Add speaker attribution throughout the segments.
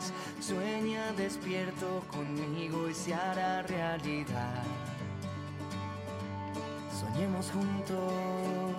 Speaker 1: Sueña despierto conmigo y se hará realidad. Soñemos juntos.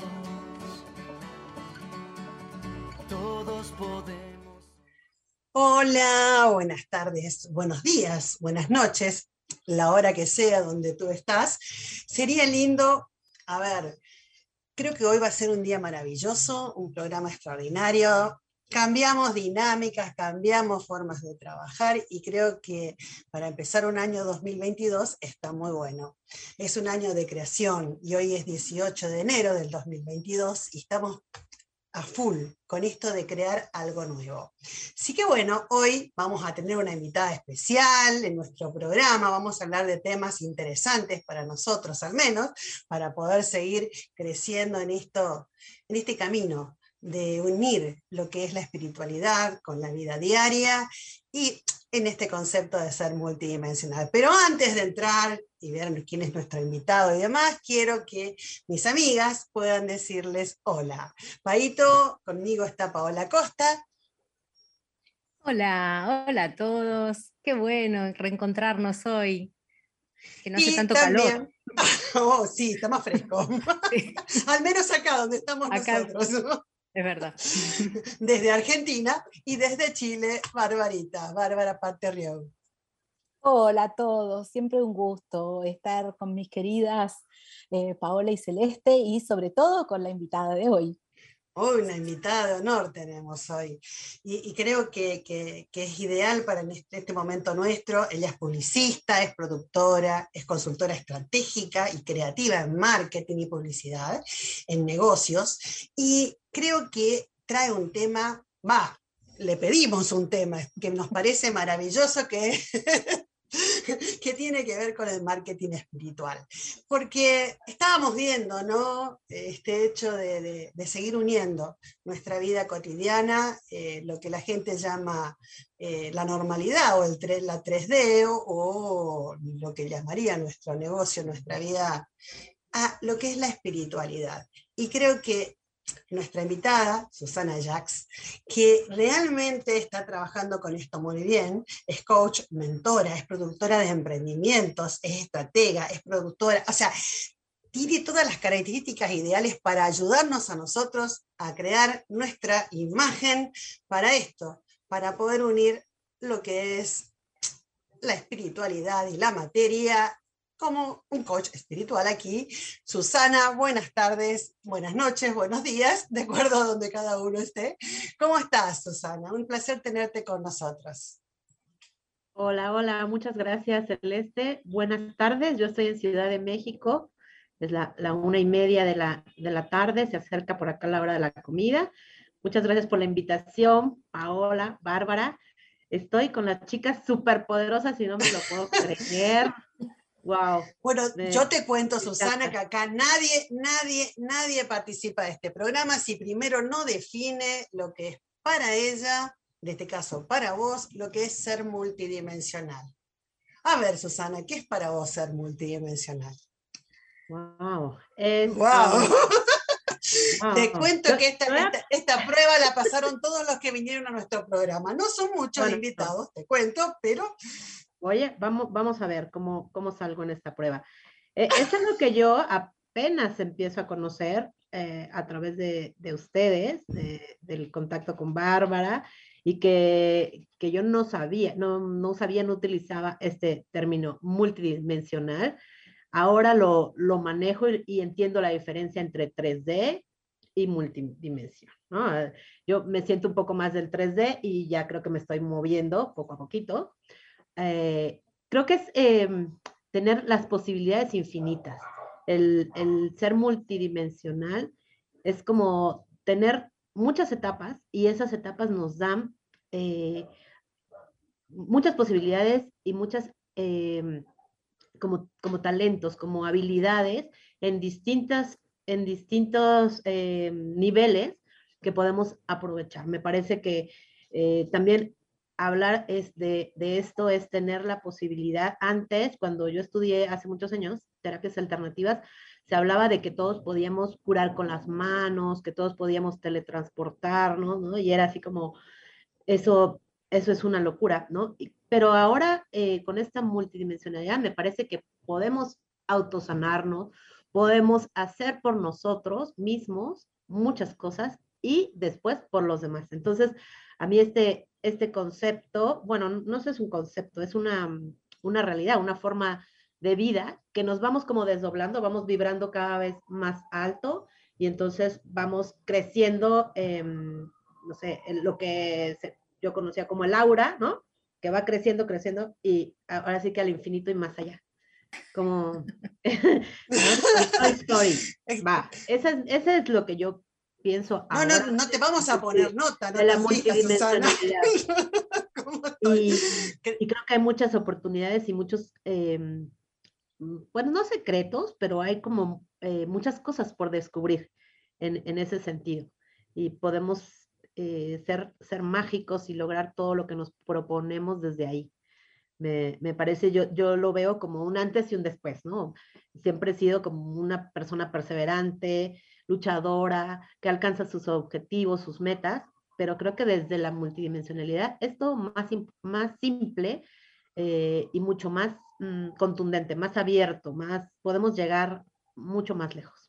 Speaker 1: Todos podemos.
Speaker 2: Hola, buenas tardes, buenos días, buenas noches, la hora que sea donde tú estás. Sería lindo, creo que hoy va a ser un día maravilloso, un programa extraordinario. Cambiamos dinámicas, cambiamos formas de trabajar y creo que para empezar un año 2022 está muy bueno. Es un año de creación y hoy es 18 de enero del 2022 y estamos a full con esto de crear algo nuevo. Así que bueno, hoy vamos a tener una invitada especial en nuestro programa, vamos a hablar de temas interesantes para nosotros al menos, para poder seguir creciendo en este camino de unir lo que es la espiritualidad con la vida diaria y en este concepto de ser multidimensional. Pero antes de entrar y ver quién es nuestro invitado y demás, quiero que mis amigas puedan decirles hola. Paito, conmigo está Paola Costa.
Speaker 3: Hola, hola a todos. Qué bueno reencontrarnos hoy, que no hace
Speaker 2: Y
Speaker 3: tanto calor.
Speaker 2: también, oh sí, está más fresco.
Speaker 3: Sí,
Speaker 2: Al menos acá donde estamos
Speaker 3: acá
Speaker 2: nosotros.
Speaker 3: es verdad.
Speaker 2: Desde Argentina y desde Chile, Bárbara Paterriou.
Speaker 4: Hola a todos, siempre un gusto estar con mis queridas Paola y Celeste y sobre todo con la invitada de hoy.
Speaker 2: Hoy una invitada de honor tenemos hoy y creo que es ideal para este momento nuestro. Ella es publicista, es productora, es consultora estratégica y creativa en marketing y publicidad, en negocios, y creo que trae un tema, le pedimos un tema que nos parece maravilloso, que que tiene que ver con el marketing espiritual. Porque estábamos viendo, ¿no? Este hecho de seguir uniendo nuestra vida cotidiana, lo que la gente llama la normalidad o la 3D o lo que llamaría nuestro negocio, nuestra vida, a lo que es la espiritualidad. Y creo que nuestra invitada, Susana Jax, que realmente está trabajando con esto muy bien, es coach, mentora, es productora de emprendimientos, es estratega, es productora, o sea, tiene todas las características ideales para ayudarnos a nosotros a crear nuestra imagen para esto, para poder unir lo que es la espiritualidad y la materia como un coach espiritual aquí. Susana, buenas tardes, buenas noches, buenos días, de acuerdo a donde cada uno esté. ¿Cómo estás, Susana? Un placer tenerte con nosotros.
Speaker 5: Hola, hola, muchas gracias, Celeste. Buenas tardes, yo estoy en Ciudad de México, es la 1:30 de la tarde, se acerca por acá la hora de la comida. Muchas gracias por la invitación, Paola, Bárbara. Estoy con las chicas superpoderosas y no me lo puedo creer. Wow.
Speaker 2: Bueno, yo te cuento, Susana, que acá nadie participa de este programa si primero no define lo que es para ella, en este caso para vos, lo que es ser multidimensional. A ver, Susana, ¿qué es para vos ser multidimensional?
Speaker 5: Wow.
Speaker 2: Wow.
Speaker 5: Wow.
Speaker 2: Te cuento que esta prueba la pasaron todos los que vinieron a nuestro programa. No son muchos invitados, te cuento, pero...
Speaker 5: Oye, vamos a ver cómo salgo en esta prueba. Es algo que yo apenas empiezo a conocer a través de ustedes, del contacto con Bárbara, y que yo no sabía, no utilizaba este término multidimensional. Ahora lo manejo y entiendo la diferencia entre 3D y multidimensión, ¿no? Yo me siento un poco más del 3D y ya creo que me estoy moviendo poco a poquito. Creo que es tener las posibilidades infinitas. El ser multidimensional es como tener muchas etapas y esas etapas nos dan muchas posibilidades y muchas como talentos, como habilidades en distintos niveles que podemos aprovechar. Me parece que también hablar de esto es tener la posibilidad. Antes, cuando yo estudié hace muchos años, terapias alternativas, se hablaba de que todos podíamos curar con las manos, que todos podíamos teletransportarnos, ¿no? Y era así como eso eso es una locura, ¿no? Pero ahora con esta multidimensionalidad me parece que podemos autosanarnos, podemos hacer por nosotros mismos muchas cosas y después por los demás. Entonces, a mí este concepto, bueno, no sé, es un concepto, es una realidad, una forma de vida que nos vamos como desdoblando, vamos vibrando cada vez más alto y entonces vamos creciendo, no sé, en lo que yo conocía como el aura, ¿no? Que va creciendo, creciendo y ahora sí que al infinito y más allá. Como, ¿no? Toy Story. Va, ese es lo que yo pienso
Speaker 2: No, no,
Speaker 5: ahora
Speaker 2: no te vamos a poner nota, no
Speaker 5: de
Speaker 2: te
Speaker 5: la
Speaker 2: aflijas, Susana.
Speaker 5: multidimensionalidad.
Speaker 2: ¿Cómo estoy?
Speaker 5: Y creo que hay muchas oportunidades y muchos, bueno, no secretos, pero hay como muchas cosas por descubrir en ese sentido. Y podemos ser mágicos y lograr todo lo que nos proponemos desde ahí. Me parece, yo lo veo como un antes y un después, ¿no? Siempre he sido como una persona perseverante, luchadora, que alcanza sus objetivos, sus metas, pero creo que desde la multidimensionalidad es todo más simple y mucho más contundente, más abierto, podemos llegar mucho más lejos.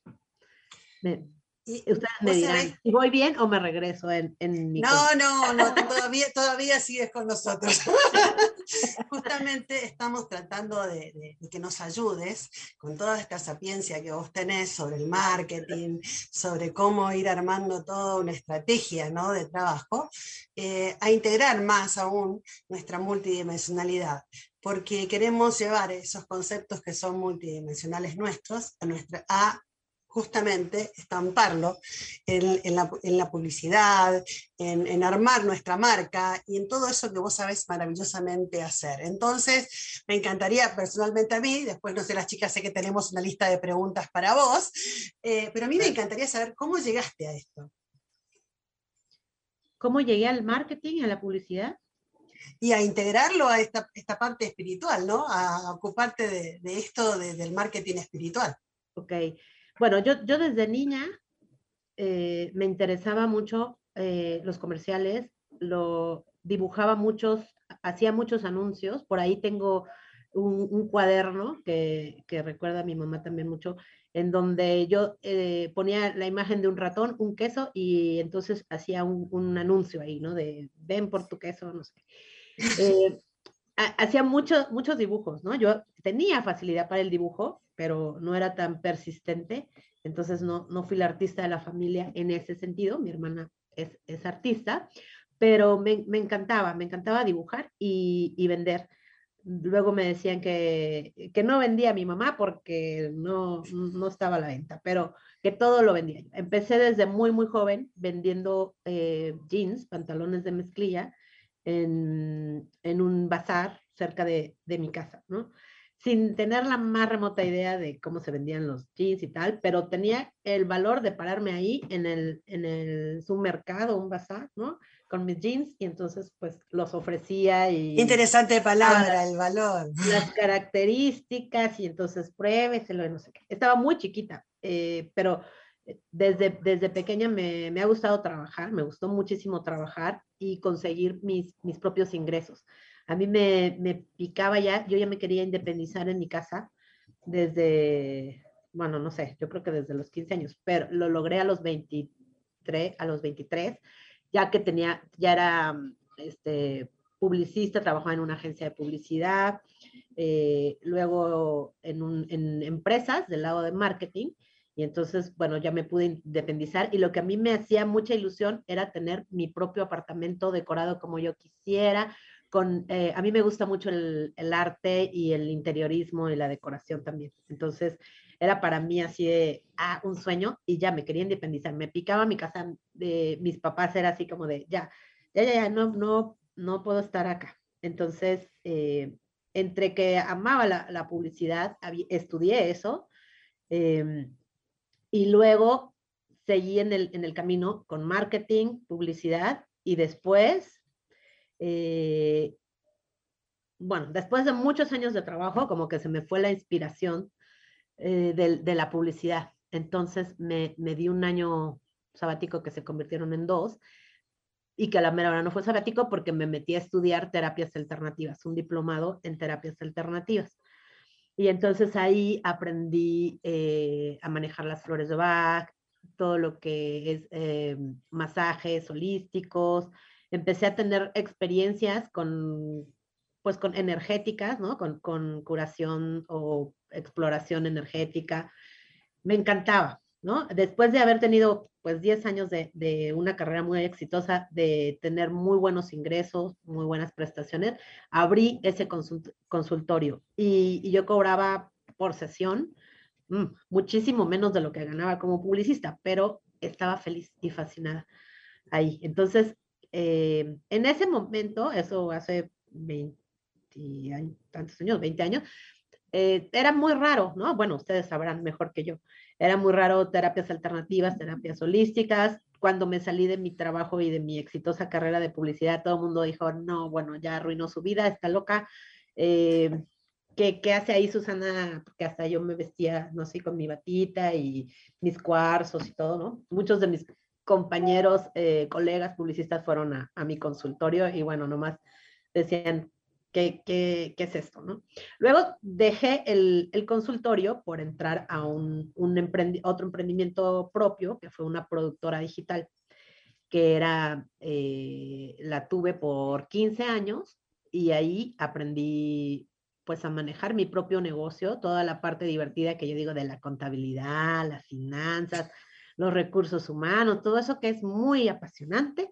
Speaker 2: Y
Speaker 5: Ustedes me
Speaker 2: vos
Speaker 5: dirán,
Speaker 2: sabés,
Speaker 5: ¿si voy bien o me regreso en mi
Speaker 2: no, todavía sigues con nosotros. Justamente estamos tratando de que nos ayudes con toda esta sapiencia que vos tenés sobre el marketing, sobre cómo ir armando toda una estrategia, ¿no?, de trabajo, a integrar más aún nuestra multidimensionalidad, porque queremos llevar esos conceptos que son multidimensionales nuestros a justamente estamparlo en la publicidad, en armar nuestra marca y en todo eso que vos sabés maravillosamente hacer. Entonces, me encantaría personalmente a mí, después no sé, las chicas, sé que tenemos una lista de preguntas para vos, pero a mí me encantaría saber cómo llegaste a esto.
Speaker 5: ¿Cómo llegué al marketing, a la publicidad?
Speaker 2: Y a integrarlo a esta parte espiritual, ¿no? A ocuparte de esto del marketing espiritual.
Speaker 5: Ok. Bueno, yo desde niña me interesaba mucho los comerciales, dibujaba hacía muchos anuncios, por ahí tengo un cuaderno que recuerda a mi mamá también mucho, en donde yo ponía la imagen de un ratón, un queso, y entonces hacía un anuncio ahí, ¿no? De ven por tu queso, no sé. Hacía muchos dibujos, ¿no? Yo tenía facilidad para el dibujo, pero no era tan persistente, entonces no fui la artista de la familia en ese sentido, mi hermana es artista, pero me encantaba dibujar y vender. Luego me decían que no vendía a mi mamá porque no estaba a la venta, pero que todo lo vendía yo. Empecé desde muy joven vendiendo jeans, pantalones de mezclilla, en un bazar cerca de mi casa, ¿no? Sin tener la más remota idea de cómo se vendían los jeans y tal, pero tenía el valor de pararme ahí en el submercado, un bazar, ¿no? Con mis jeans y entonces pues los ofrecía y
Speaker 2: Interesante palabra, el valor.
Speaker 5: las características y entonces pruébeselo y no sé qué. Estaba muy chiquita, pero desde pequeña me ha gustado trabajar, me gustó muchísimo trabajar y conseguir mis propios ingresos. A mí me picaba ya, yo ya me quería independizar en mi casa desde, bueno, no sé, yo creo que desde los 15 años, pero lo logré a los 23, ya que ya era publicista, trabajaba en una agencia de publicidad, luego en empresas del lado de marketing, y entonces, bueno, ya me pude independizar y lo que a mí me hacía mucha ilusión era tener mi propio apartamento decorado como yo quisiera. A mí me gusta mucho el arte y el interiorismo y la decoración también. Entonces, era para mí así de, un sueño y ya me quería independizar. Me picaba mi casa de mis papás, era así como de, ya, no puedo estar acá. Entonces, entre que amaba la publicidad, estudié eso, y luego seguí en el camino con marketing, publicidad, y después, bueno, después de muchos años de trabajo, como que se me fue la inspiración de la publicidad. Entonces me di un año sabático que se convirtieron en 2, y que a la mera hora no fue sabático porque me metí a estudiar terapias alternativas, un diplomado en terapias alternativas. Y entonces ahí aprendí a manejar las flores de Bach, todo lo que es masajes holísticos. Empecé a tener experiencias pues con energéticas, ¿no? Con curación o exploración energética. Me encantaba, ¿no? Después de haber tenido pues 10 años de una carrera muy exitosa, de tener muy buenos ingresos, muy buenas prestaciones, abrí ese consultorio y yo cobraba por sesión muchísimo menos de lo que ganaba como publicista, pero estaba feliz y fascinada ahí. Entonces, en ese momento, eso hace 20 tantos años, 20 años, era muy raro, ¿no? Bueno, ustedes sabrán mejor que yo. Era muy raro terapias alternativas, terapias holísticas. Cuando me salí de mi trabajo y de mi exitosa carrera de publicidad, todo el mundo dijo, no, bueno, ya arruinó su vida, está loca. ¿Qué hace ahí Susana? Porque hasta yo me vestía, no sé, con mi batita y mis cuarzos y todo, ¿no? Muchos de mis compañeros, colegas publicistas fueron a mi consultorio y bueno, nomás decían, ¿qué es esto, no? Luego dejé el consultorio por entrar a otro emprendimiento propio, que fue una productora digital, que la tuve por 15 años y ahí aprendí pues a manejar mi propio negocio, toda la parte divertida que yo digo de la contabilidad, las finanzas, los recursos humanos, todo eso que es muy apasionante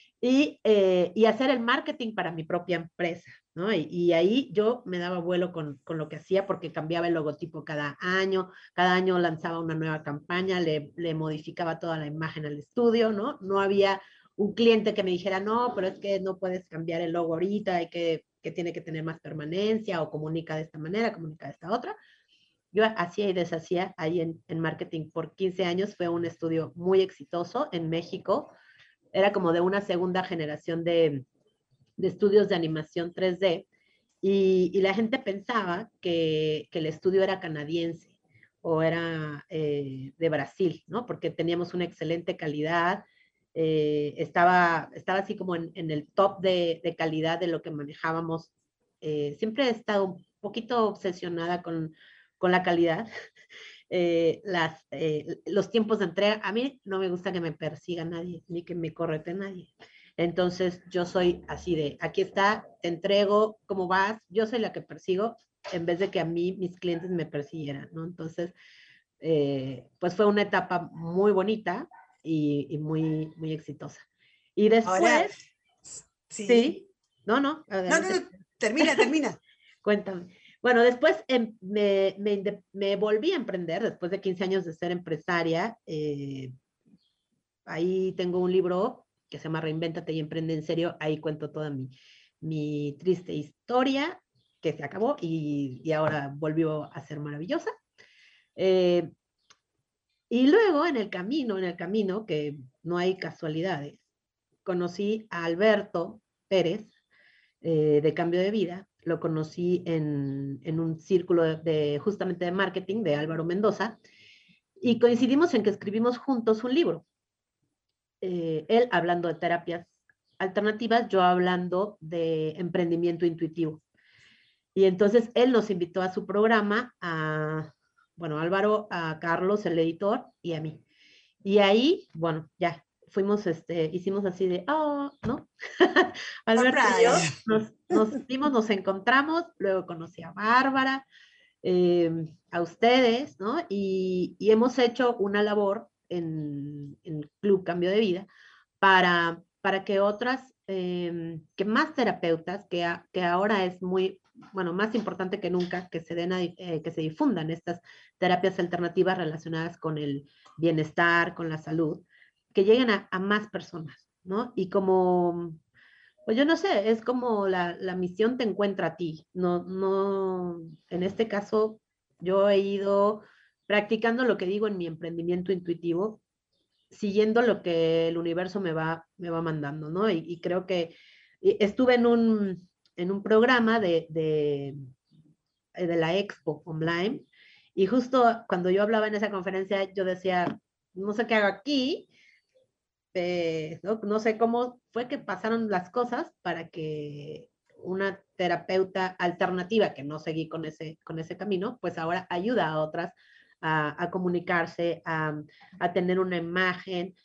Speaker 5: y hacer el marketing para mi propia empresa, ¿no? Y ahí yo me daba vuelo con lo que hacía porque cambiaba el logotipo cada año lanzaba una nueva campaña, le modificaba toda la imagen al estudio, ¿no? No había un cliente que me dijera, no, pero es que no puedes cambiar el logo ahorita, que tiene que tener más permanencia o comunica de esta manera, comunica de esta otra. Yo hacía y deshacía ahí en marketing por 15 años, fue un estudio muy exitoso en México, era como de una segunda generación de estudios de animación 3D y la gente pensaba que el estudio era canadiense o era de Brasil, ¿no? Porque teníamos una excelente calidad, estaba así como en el top de calidad de lo que manejábamos. Siempre he estado un poquito obsesionada con la calidad. Los tiempos de entrega, a mí no me gusta que me persiga nadie, ni que me correte nadie. Entonces yo soy así de, aquí está, te entrego, ¿cómo vas? Yo soy la que persigo en vez de que a mí mis clientes me persiguieran, ¿no? Entonces, pues fue una etapa muy bonita y muy, muy exitosa. Y
Speaker 2: Ahora,
Speaker 5: después,
Speaker 2: sí.
Speaker 5: sí, no,
Speaker 2: No, no,
Speaker 5: adelante.
Speaker 2: termina.
Speaker 5: Cuéntame. Bueno, después me volví a emprender, después de 15 años de ser empresaria. Ahí tengo un libro que se llama Reinvéntate y Emprende en Serio. Ahí cuento toda mi triste historia que se acabó y ahora volvió a ser maravillosa. Eh, y luego en el camino, que no hay casualidades, conocí a Alberto Pérez, de Cambio de Vida. Lo conocí en un círculo justamente de marketing de Álvaro Mendoza y coincidimos en que escribimos juntos un libro. Él hablando de terapias alternativas, yo hablando de emprendimiento intuitivo. Y entonces él nos invitó a su programa, bueno, Álvaro, a Carlos, el editor, y a mí. Y ahí, bueno, ya fuimos, hicimos así de, oh, ¿no? Alberto y yo nos encontramos, luego conocí a Bárbara, a ustedes, ¿no? Y hemos hecho una labor en Club Cambio de Vida para que otras, que más terapeutas, que ahora es muy, bueno, más importante que nunca, que que se difundan estas terapias alternativas relacionadas con el bienestar, con la salud, que lleguen a más personas, ¿no? Y como, pues yo no sé, es como la misión te encuentra a ti. No, en este caso, yo he ido practicando lo que digo en mi emprendimiento intuitivo, siguiendo lo que el universo me va mandando, ¿no? Y creo que estuve en un programa de la Expo Online y justo cuando yo hablaba en esa conferencia, yo decía, no sé qué hago aquí, no sé cómo fue que pasaron las cosas para que una terapeuta alternativa, que no seguí con ese camino, pues ahora ayuda a otras a comunicarse, a tener una imagen.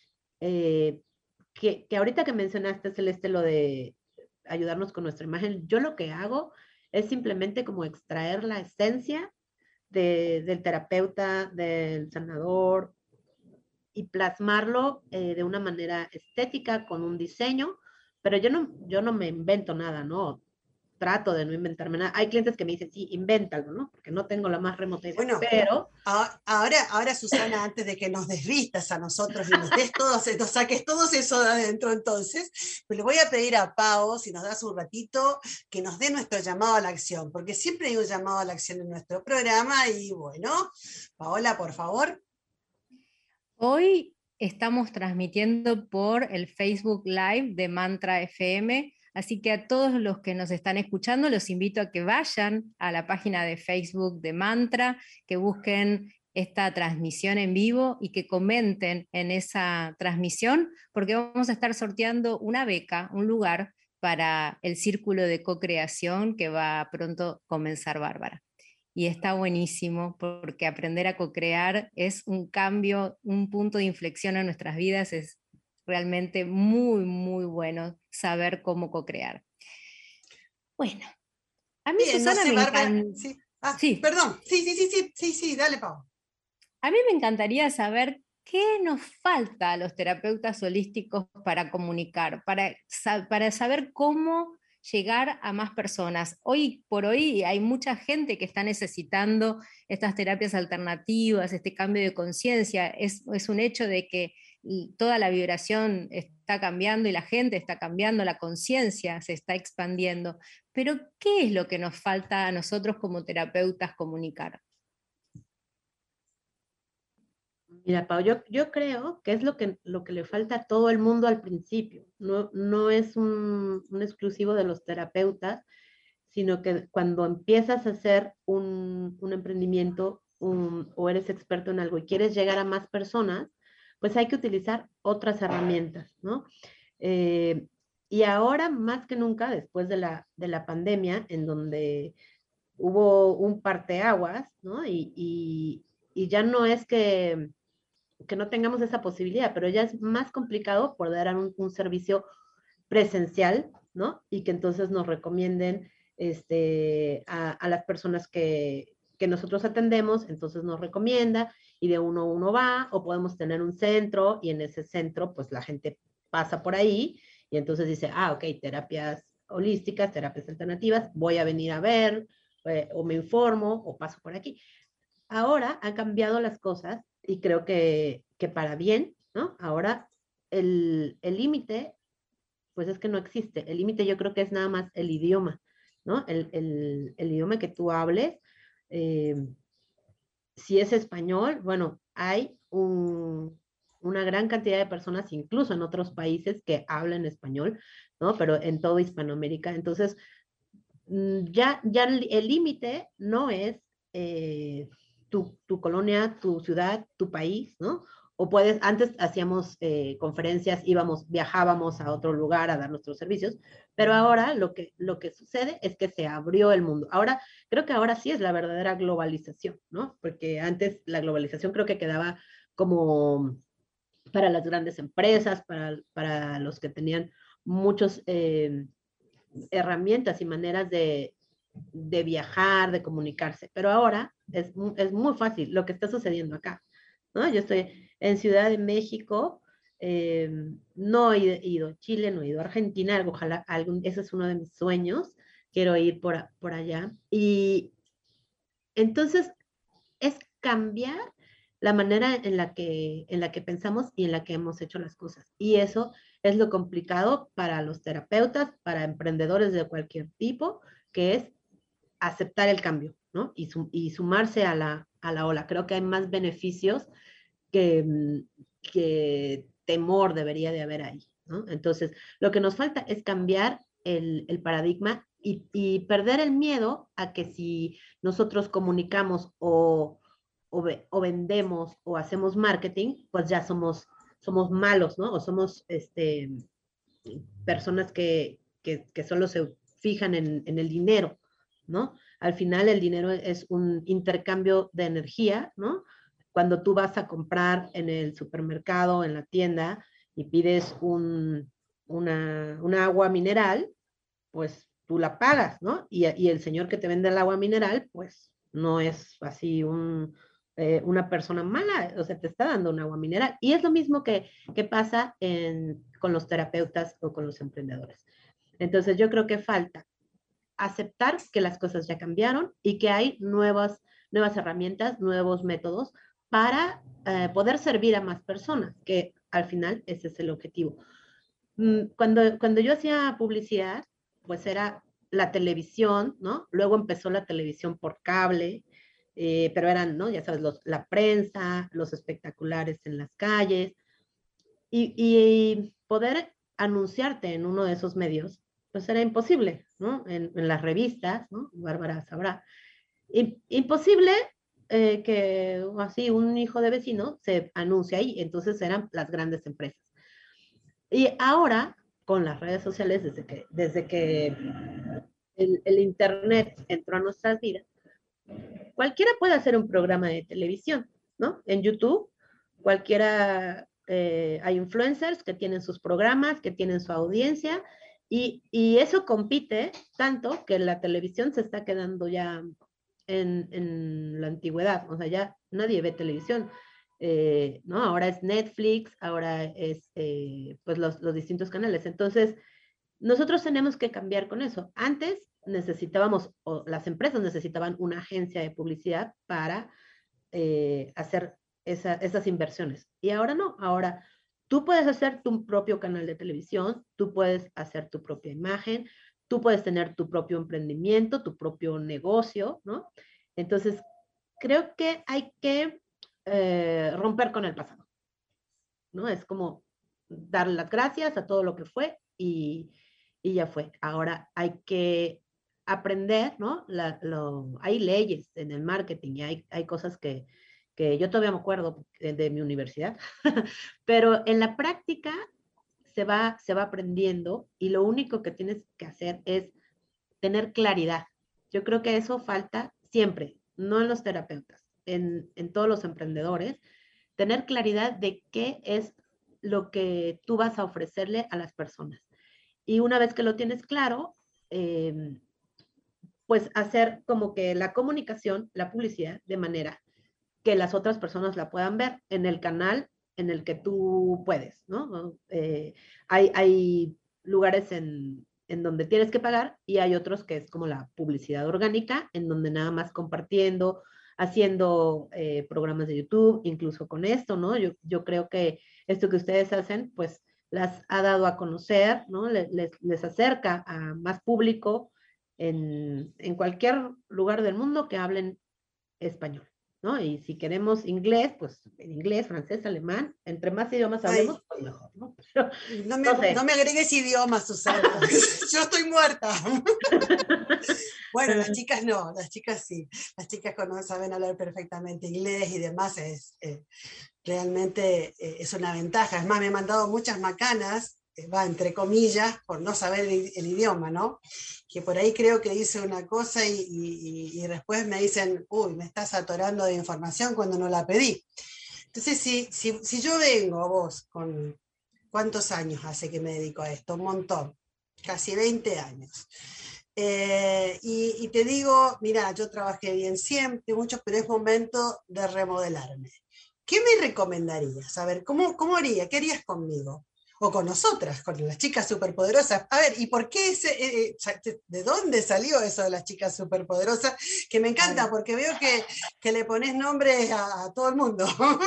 Speaker 5: Que ahorita que mencionaste, Celeste, lo de ayudarnos con nuestra imagen, yo lo que hago es simplemente como extraer la esencia del terapeuta, del sanador, y plasmarlo de una manera estética, con un diseño, pero yo no me invento nada, ¿no? Trato de no inventarme nada. Hay clientes que me dicen, sí, invéntalo, ¿no? Porque no tengo la más remota idea,
Speaker 2: Bueno,
Speaker 5: pero...
Speaker 2: ahora, Susana, antes de que nos desvistas a nosotros y nos des todos, nos saques todo eso de adentro, entonces, pues le voy a pedir a Pau, si nos das un ratito, que nos dé nuestro llamado a la acción, porque siempre hay un llamado a la acción en nuestro programa, y bueno, Paola, por favor.
Speaker 3: Hoy estamos transmitiendo por el Facebook Live de Mantra FM, así que a todos los que nos están escuchando los invito a que vayan a la página de Facebook de Mantra, que busquen esta transmisión en vivo y que comenten en esa transmisión, porque vamos a estar sorteando una beca, un lugar para el círculo de co-creación que va a pronto comenzar, Bárbara. Y está buenísimo porque aprender a co-crear es un cambio, un punto de inflexión en nuestras vidas. Es realmente muy, muy bueno saber cómo co-crear. Bueno, a mí,
Speaker 2: Bien,
Speaker 3: Susana,
Speaker 2: no sé,
Speaker 3: me
Speaker 2: Bárbara.
Speaker 3: encanta.
Speaker 2: Sí.
Speaker 3: Sí,
Speaker 2: Perdón. Sí, dale, Pau.
Speaker 3: a mí me encantaría saber qué nos falta a los terapeutas holísticos para comunicar, para saber cómo llegar a más personas. Hoy por hoy hay mucha gente que está necesitando estas terapias alternativas, este cambio de conciencia. Es un hecho de que toda la vibración está cambiando y la gente está cambiando, la conciencia se está expandiendo. Pero, ¿qué es lo que nos falta a nosotros como terapeutas comunicar?
Speaker 5: Mira, Pau, yo creo que es lo que le falta a todo el mundo al principio. No es un exclusivo de los terapeutas, sino que cuando empiezas a hacer un emprendimiento o eres experto en algo y quieres llegar a más personas, pues hay que utilizar otras herramientas, ¿no? Eh, y ahora, más que nunca, después de la pandemia, en donde hubo un parteaguas, ¿no? Y ya no es que no tengamos esa posibilidad, pero ya es más complicado poder dar un servicio presencial, ¿no? Y que entonces nos recomienden a las personas que nosotros atendemos, entonces nos recomienda y de uno a uno va, o podemos tener un centro y en ese centro pues la gente pasa por ahí y entonces dice, ah, ok, terapias holísticas, terapias alternativas, voy a venir a ver, o me informo o paso por aquí. Ahora han cambiado las cosas y creo que para bien, ¿no? Ahora el límite, pues es que no existe. El límite yo creo que es nada más el idioma, ¿no? El idioma que tú hables. eh, si es español, bueno, hay una gran cantidad de personas, incluso en otros países, que hablan español, ¿no? Pero en toda Hispanoamérica. Entonces, ya el límite no es tu colonia, tu ciudad, tu país, ¿no? O puedes, antes hacíamos conferencias, viajábamos a otro lugar a dar nuestros servicios, pero ahora lo que sucede es que se abrió el mundo. Ahora, creo que ahora sí es la verdadera globalización, ¿no? Porque antes la globalización creo que quedaba como para las grandes empresas, para los que tenían muchos herramientas y maneras de viajar, de comunicarse, pero ahora es muy fácil lo que está sucediendo acá, ¿no? Yo estoy en Ciudad de México, no he ido a Chile, no he ido a Argentina, ojalá ese es uno de mis sueños, quiero ir por allá, y entonces es cambiar la manera en la que pensamos y en la que hemos hecho las cosas. Y eso es lo complicado para los terapeutas, para emprendedores de cualquier tipo, que es aceptar el cambio, ¿no? Y sumarse a la ola. Creo que hay más beneficios que temor debería de haber ahí, ¿no? Entonces, lo que nos falta es cambiar el paradigma y perder el miedo a que si nosotros comunicamos o vendemos o hacemos marketing, pues ya somos somos malos, ¿no? O somos personas que solo se fijan en el dinero, ¿no? Al final el dinero es un intercambio de energía, ¿no? Cuando tú vas a comprar en el supermercado, en la tienda, y pides una agua mineral, pues tú la pagas, ¿no? Y el señor que te vende el agua mineral, pues no es así una persona mala, o sea, te está dando un agua mineral. Y es lo mismo que pasa con los terapeutas o con los emprendedores. Entonces yo creo que falta aceptar que las cosas ya cambiaron y que hay nuevas herramientas, nuevos métodos para poder servir a más personas, que al final ese es el objetivo. Cuando yo hacía publicidad, pues era la televisión, ¿no? Luego empezó la televisión por cable, pero eran, ¿no? Ya sabes, la prensa, los espectaculares en las calles, y poder anunciarte en uno de esos medios, pues era imposible, ¿no? En las revistas, ¿no? Bárbara sabrá. Imposible que así un hijo de vecino se anuncie ahí, entonces eran las grandes empresas. Y ahora, con las redes sociales, desde que el Internet entró a nuestras vidas, cualquiera puede hacer un programa de televisión, ¿no? En YouTube, cualquiera, hay influencers que tienen sus programas, que tienen su audiencia, y eso compite tanto que la televisión se está quedando ya en la antigüedad, o sea, ya nadie ve televisión. ¿No? Ahora es Netflix, ahora es pues los distintos canales. Entonces, nosotros tenemos que cambiar con eso. Antes necesitábamos, o las empresas necesitaban una agencia de publicidad para hacer esas inversiones. Y ahora no, ahora tú puedes hacer tu propio canal de televisión, tú puedes hacer tu propia imagen, tú puedes tener tu propio emprendimiento, tu propio negocio, ¿no? Entonces, creo que hay que romper con el pasado, ¿no? Es como dar las gracias a todo lo que fue y ya fue. Ahora hay que aprender, ¿no? Hay leyes en el marketing y hay cosas que yo todavía me acuerdo de mi universidad, pero en la práctica se va aprendiendo y lo único que tienes que hacer es tener claridad. Yo creo que eso falta siempre, no en los terapeutas, en todos los emprendedores, tener claridad de qué es lo que tú vas a ofrecerle a las personas. Y una vez que lo tienes claro, pues hacer como que la comunicación, la publicidad, de manera que las otras personas la puedan ver en el canal en el que tú puedes, ¿no? Hay lugares en donde tienes que pagar y hay otros que es como la publicidad orgánica, en donde nada más compartiendo, haciendo programas de YouTube, incluso con esto, ¿no? Yo creo que esto que ustedes hacen, pues las ha dado a conocer, ¿no? Les acerca a más público en cualquier lugar del mundo que hablen español, ¿no? Y si queremos inglés, pues en inglés, francés, alemán, entre más idiomas hablemos, pues mejor, ¿no? Pero,
Speaker 2: no me agregues idiomas, Susana. Yo estoy muerta. Bueno, las chicas no, las chicas sí. Las chicas cuando saben hablar perfectamente inglés y demás realmente es una ventaja. Es más, me han mandado muchas macanas, va entre comillas, por no saber el idioma, ¿no? Que por ahí creo que dice una cosa y después me dicen, uy, me estás atorando de información cuando no la pedí. Entonces, si yo vengo a vos con, ¿cuántos años hace que me dedico a esto? Un montón, casi 20 años. Y te digo, mira, yo trabajé bien siempre, mucho, pero es momento de remodelarme. ¿Qué me recomendarías? A ver, ¿cómo haría? ¿Qué harías conmigo? O con nosotras, con las chicas superpoderosas. A ver, ¿y por qué de dónde salió eso de las chicas superpoderosas? Que me encanta, porque veo que le pones nombres a todo el mundo.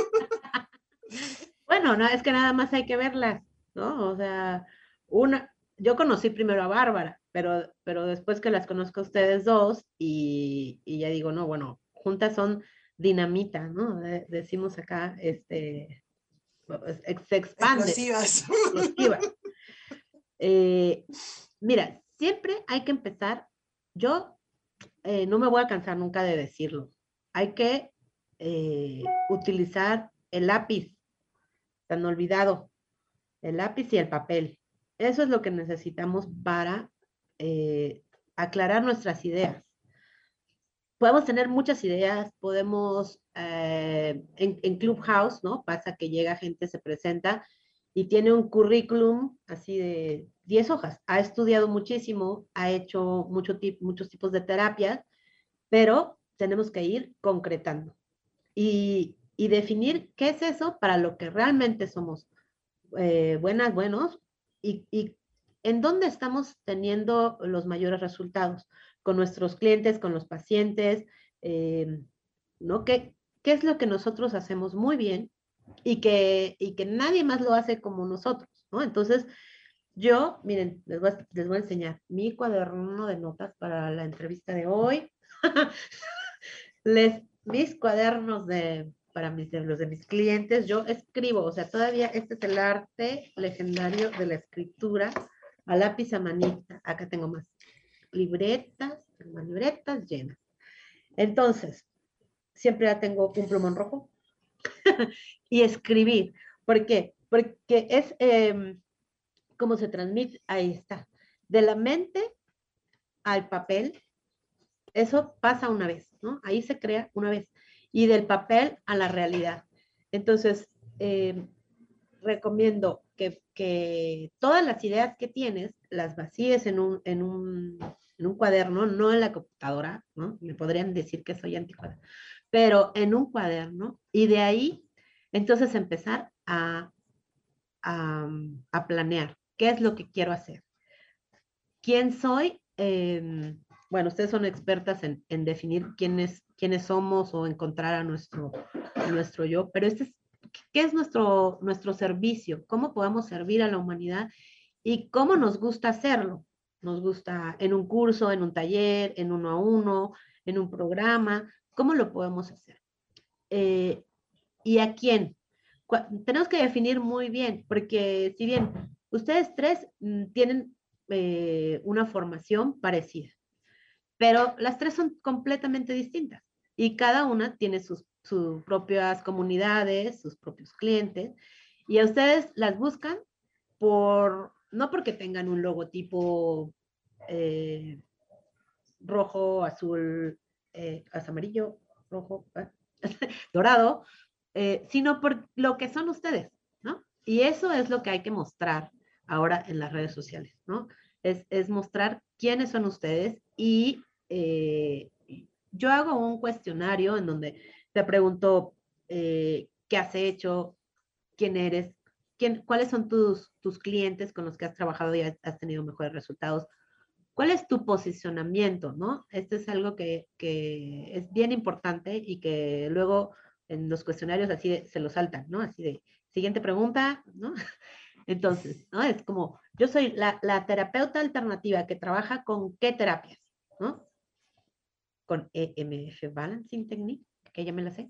Speaker 5: Bueno, no, es que nada más hay que verlas, ¿no? O sea, yo conocí primero a Bárbara, pero después que las conozco a ustedes dos y ya digo, no, bueno, juntas son dinamita, ¿no? Decimos acá, se expande.
Speaker 2: Explosivas.
Speaker 5: Explosivas. Mira, siempre hay que empezar, yo no me voy a cansar nunca de decirlo, hay que utilizar el lápiz. tan olvidado, el lápiz y el papel. Eso es lo que necesitamos para aclarar nuestras ideas. Podemos tener muchas ideas, podemos, en Clubhouse, ¿no? Pasa que llega gente, se presenta y tiene un currículum así de 10 hojas. Ha estudiado muchísimo, ha hecho muchos tipos de terapias, pero tenemos que ir concretando y definir qué es eso para lo que realmente somos buenos y en dónde estamos teniendo los mayores resultados con nuestros clientes, con los pacientes, ¿no? ¿Qué es lo que nosotros hacemos muy bien y que nadie más lo hace como nosotros, ¿no? Entonces, yo, miren, les voy a enseñar mi cuaderno de notas para la entrevista de hoy. Mis cuadernos los de mis clientes, yo escribo, o sea, todavía este es el arte legendario de la escritura a lápiz a manita. Acá tengo más libretas llenas. Entonces, siempre ya tengo un plumón rojo y escribir. ¿Por qué? Porque es como se transmite, ahí está, de la mente al papel. Eso pasa una vez, ¿no? Ahí se crea una vez. Y del papel a la realidad. Entonces, recomiendo que todas las ideas que tienes las vacíes en un cuaderno, no en la computadora, ¿no? Me podrían decir que soy anticuada, pero en un cuaderno y de ahí, entonces empezar a planear qué es lo que quiero hacer. ¿Quién soy? Bueno, ustedes son expertas en definir quiénes somos o encontrar a nuestro yo, pero ¿qué es nuestro servicio? ¿Cómo podemos servir a la humanidad? ¿Y cómo nos gusta hacerlo? Nos gusta en un curso, en un taller, en uno a uno, en un programa. ¿Cómo lo podemos hacer? ¿Y a quién? Tenemos que definir muy bien, porque si bien ustedes tres tienen una formación parecida, pero las tres son completamente distintas y cada una tiene sus propias comunidades, sus propios clientes, y a ustedes las buscan no porque tengan un logotipo rojo, azul, amarillo, rojo, dorado, sino por lo que son ustedes, ¿no? Y eso es lo que hay que mostrar ahora en las redes sociales, ¿no? Es mostrar quiénes son ustedes y yo hago un cuestionario en donde te pregunto qué has hecho, quién eres, cuáles son tus clientes con los que has trabajado y has tenido mejores resultados, cuál es tu posicionamiento, ¿no? Esto es algo que es bien importante y que luego en los cuestionarios así se lo saltan, ¿no? Así de, siguiente pregunta, ¿no? Entonces, ¿no? Es como, yo soy la terapeuta alternativa que trabaja con qué terapias, ¿no? Con EMF Balancing Technique, que ya me la sé.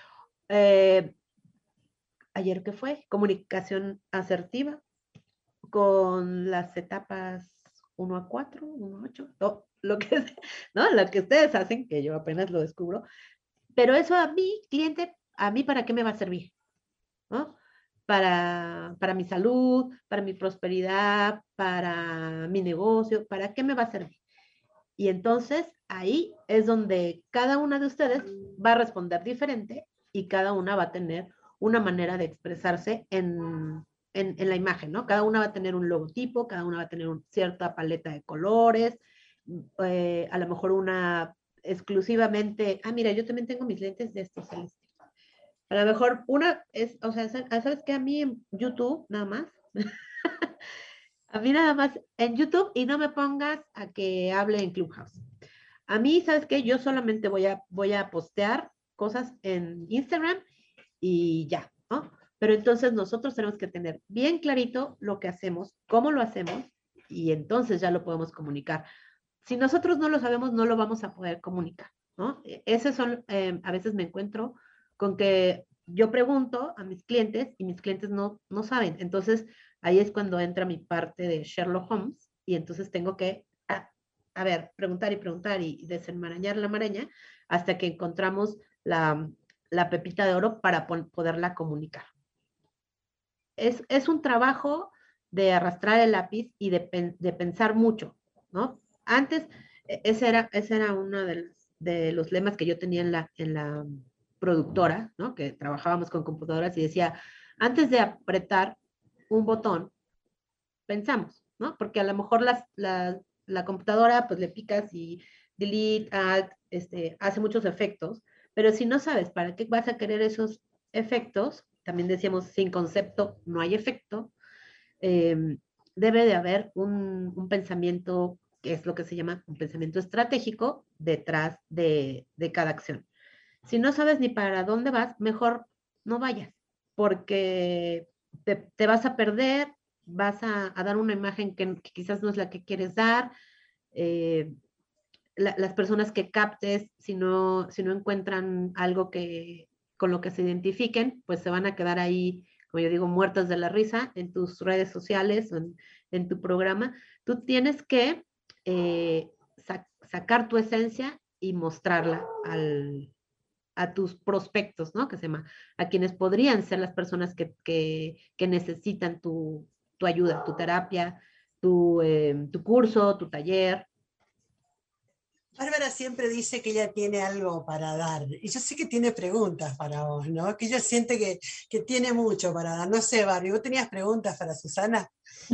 Speaker 5: Ayer, ¿qué fue? Comunicación asertiva, con las etapas 1 a 4, 1 a 8, no, lo que ustedes hacen, que yo apenas lo descubro, pero eso a mi cliente, ¿a mí para qué me va a servir? ¿No? Para mi salud, para mi prosperidad, para mi negocio, ¿para qué me va a servir? Y entonces ahí es donde cada una de ustedes va a responder diferente y cada una va a tener una manera de expresarse en la imagen, ¿no? Cada una va a tener un logotipo, cada una va a tener cierta paleta de colores, a lo mejor una exclusivamente, mira, yo también tengo mis lentes de estos celestes. A lo mejor una es, o sea, ¿sabes qué? A mí en YouTube nada más, a mí nada más en YouTube y no me pongas a que hable en Clubhouse. A mí, ¿sabes qué? Yo solamente voy a postear cosas en Instagram y ya, ¿no? Pero entonces nosotros tenemos que tener bien clarito lo que hacemos, cómo lo hacemos, y entonces ya lo podemos comunicar. Si nosotros no lo sabemos, no lo vamos a poder comunicar, ¿no? Esos son, a veces me encuentro con que yo pregunto a mis clientes y mis clientes no saben. Entonces, ahí es cuando entra mi parte de Sherlock Holmes y entonces tengo que, a ver, preguntar y desenmarañar la maraña hasta que encontramos la pepita de oro para poderla comunicar. es un trabajo de arrastrar el lápiz y de pensar mucho, ¿no? Antes, ese era uno de los lemas que yo tenía en la productora, ¿no? Que trabajábamos con computadoras y decía, antes de apretar un botón, pensamos, ¿no? Porque a lo mejor la computadora, pues le picas y delete, alt, hace muchos efectos, pero si no sabes para qué vas a querer esos efectos, también decíamos, sin concepto no hay efecto, eh, debe de haber un pensamiento, que es lo que se llama un pensamiento estratégico, detrás de cada acción. Si no sabes ni para dónde vas, mejor no vayas, porque te vas a perder, vas a dar una imagen que quizás no es la que quieres dar. eh, las personas que captes, si no encuentran algo con lo que se identifiquen, pues se van a quedar ahí, como yo digo, muertas de la risa en tus redes sociales o en tu programa. Tú tienes que sacar tu esencia y mostrarla a tus prospectos, ¿no? Que se llama, a quienes podrían ser las personas que necesitan tu ayuda, tu terapia, tu curso, tu taller.
Speaker 2: Bárbara siempre dice que ella tiene algo para dar, y yo sé que tiene preguntas para vos, ¿no? Que ella siente que tiene mucho para dar. No sé, Barbie, ¿vos tenías preguntas para Susana?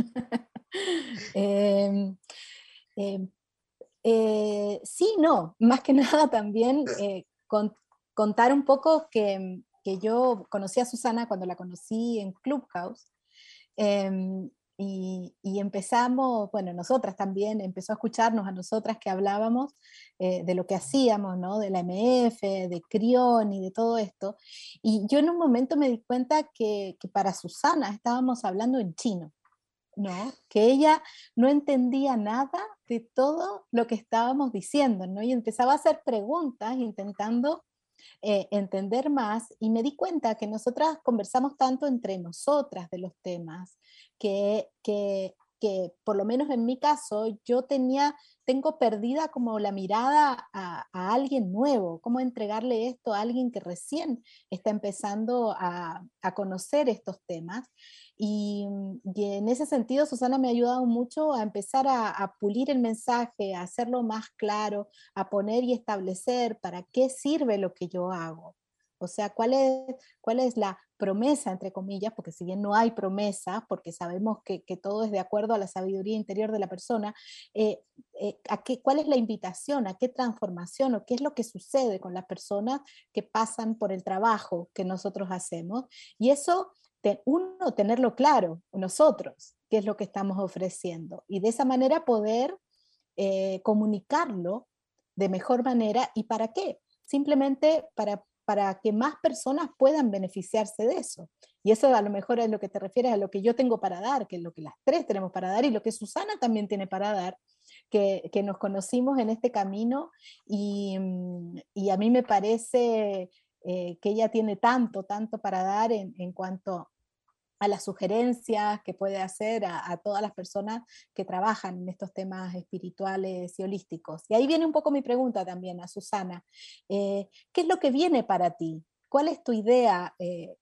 Speaker 4: Em, em, sí, no, más que nada también contar un poco que yo conocí a Susana cuando la conocí en Clubhouse. em, y empezamos, bueno, nosotras también, empezó a escucharnos a nosotras que hablábamos de lo que hacíamos, ¿no? De la MF, de Crión y de todo esto. Y yo en un momento me di cuenta que para Susana estábamos hablando en chino, ¿no? Que ella no entendía nada de todo lo que estábamos diciendo, ¿no? Y empezaba a hacer preguntas intentando entender más, y me di cuenta que nosotras conversamos tanto entre nosotras de los temas, que por lo menos en mi caso yo tengo perdida como la mirada a alguien nuevo, cómo entregarle esto a alguien que recién está empezando a conocer estos temas. Y en ese sentido, Susana me ha ayudado mucho a empezar a pulir el mensaje, a hacerlo más claro, a poner y establecer para qué sirve lo que yo hago. O sea, cuál es la promesa, entre comillas, porque si bien no hay promesa, porque sabemos que todo es de acuerdo a la sabiduría interior de la persona, ¿cuál es la invitación? ¿A qué transformación? ¿O qué es lo que sucede con las personas que pasan por el trabajo que nosotros hacemos? Y eso, uno, tenerlo claro, nosotros, qué es lo que estamos ofreciendo. Y de esa manera poder comunicarlo de mejor manera. ¿Y para qué? Simplemente para que más personas puedan beneficiarse de eso. Y eso a lo mejor es lo que te refieres a lo que yo tengo para dar, que es lo que las tres tenemos para dar y lo que Susana también tiene para dar, que nos conocimos en este camino y a mí me parece que ella tiene tanto para dar en cuanto a las sugerencias que puede hacer a todas las personas que trabajan en estos temas espirituales y holísticos. Y ahí viene un poco mi pregunta también a Susana. ¿Qué es lo que viene para ti? ¿Cuál es tu idea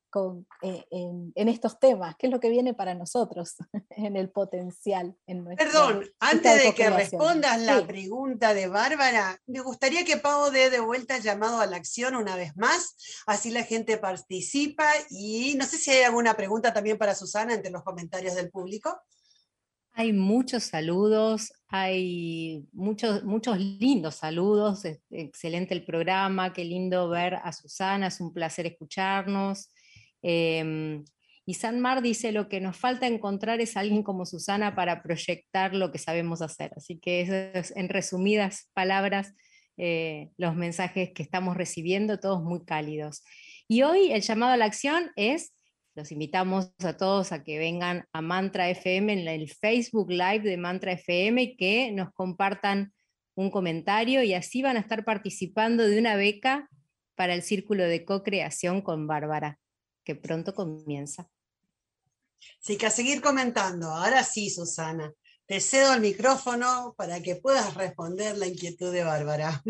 Speaker 4: en estos temas? ¿Qué es lo que viene para nosotros en el potencial? En
Speaker 2: Perdón,
Speaker 4: esta
Speaker 2: antes de que
Speaker 4: co-creación?
Speaker 2: respondas la
Speaker 4: Sí.
Speaker 2: pregunta de Bárbara, me gustaría que Pau dé de vuelta el llamado a la acción una vez más, así la gente participa y no sé si hay alguna pregunta también para Susana entre los comentarios del público.
Speaker 3: Hay muchos saludos, hay muchos lindos saludos, excelente el programa, qué lindo ver a Susana, es un placer escucharnos. Y Sanmar dice, lo que nos falta encontrar es alguien como Susana para proyectar lo que sabemos hacer. Así que eso es, en resumidas palabras, los mensajes que estamos recibiendo, todos muy cálidos. Y hoy el llamado a la acción es... Los invitamos a todos a que vengan a Mantra FM en el Facebook Live de Mantra FM, que nos compartan un comentario y así van a estar participando de una beca para el Círculo de Co-Creación con Bárbara, que pronto comienza.
Speaker 2: Sí, que a seguir comentando. Ahora sí, Susana, te cedo el micrófono para que puedas responder la inquietud de Bárbara.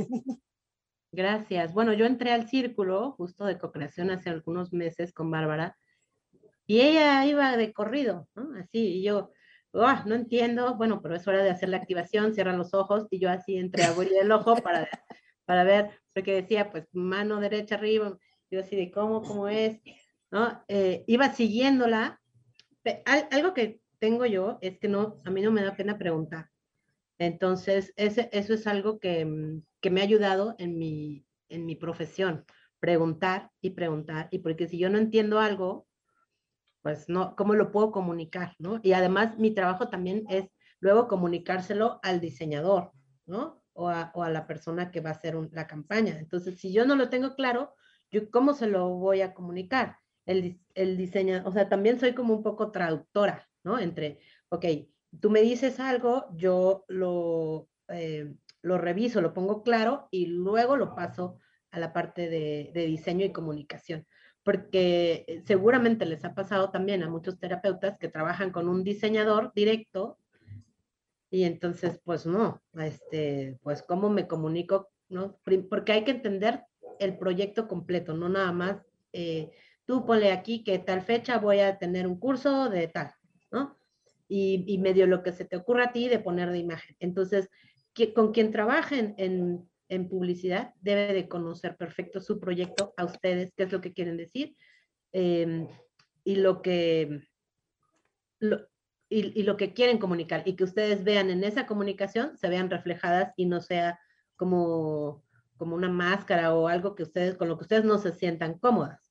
Speaker 5: Gracias. Bueno, yo entré al círculo justo de co-creación hace algunos meses con Bárbara Y ella iba de corrido, ¿no? Así, y yo, "Oh, no entiendo, bueno, pero es hora de hacer la activación, cierra los ojos", y yo así entre abrir el ojo para ver, porque decía, pues, mano derecha arriba, yo así de cómo es, ¿no? Iba siguiéndola. Algo que tengo yo es que a mí no me da pena preguntar. Entonces, eso es algo que me ha ayudado en mi profesión, preguntar y preguntar, y porque si yo no entiendo algo, pues no, ¿cómo lo puedo comunicar, no? Y además mi trabajo también es luego comunicárselo al diseñador, ¿no? O a la persona que va a hacer la campaña. Entonces, si yo no lo tengo claro, yo ¿cómo se lo voy a comunicar? El diseñador, o sea, también soy como un poco traductora, ¿no? Entre, ok, tú me dices algo, yo lo reviso, lo pongo claro y luego lo paso a la parte de diseño y comunicación, porque seguramente les ha pasado también a muchos terapeutas que trabajan con un diseñador directo y entonces, pues no, pues cómo me comunico, ¿no? Porque hay que entender el proyecto completo, no nada más, tú ponle aquí que tal fecha voy a tener un curso de tal, ¿no? Y medio lo que se te ocurra a ti de poner de imagen. Entonces, con quien trabajen en publicidad debe de conocer perfecto su proyecto, a ustedes, qué es lo que quieren decir, eh, y lo que lo, y lo que quieren comunicar, y que ustedes vean en esa comunicación, se vean reflejadas y no sea como una máscara o algo que ustedes, con lo que ustedes no se sientan cómodas.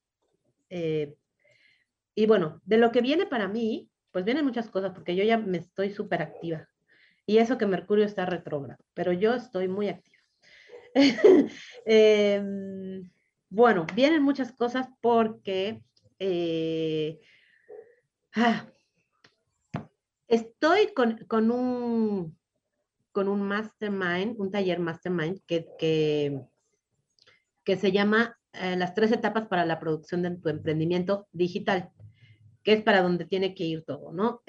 Speaker 5: Y bueno, de lo que viene para mí, pues vienen muchas cosas, porque yo ya me estoy súper activa. Y eso que Mercurio está retrógrado, pero yo estoy muy activa. Bueno, vienen muchas cosas porque estoy con un mastermind, un taller mastermind que se llama Las 3 etapas para la producción de tu emprendimiento digital, que es para donde tiene que ir todo, ¿no?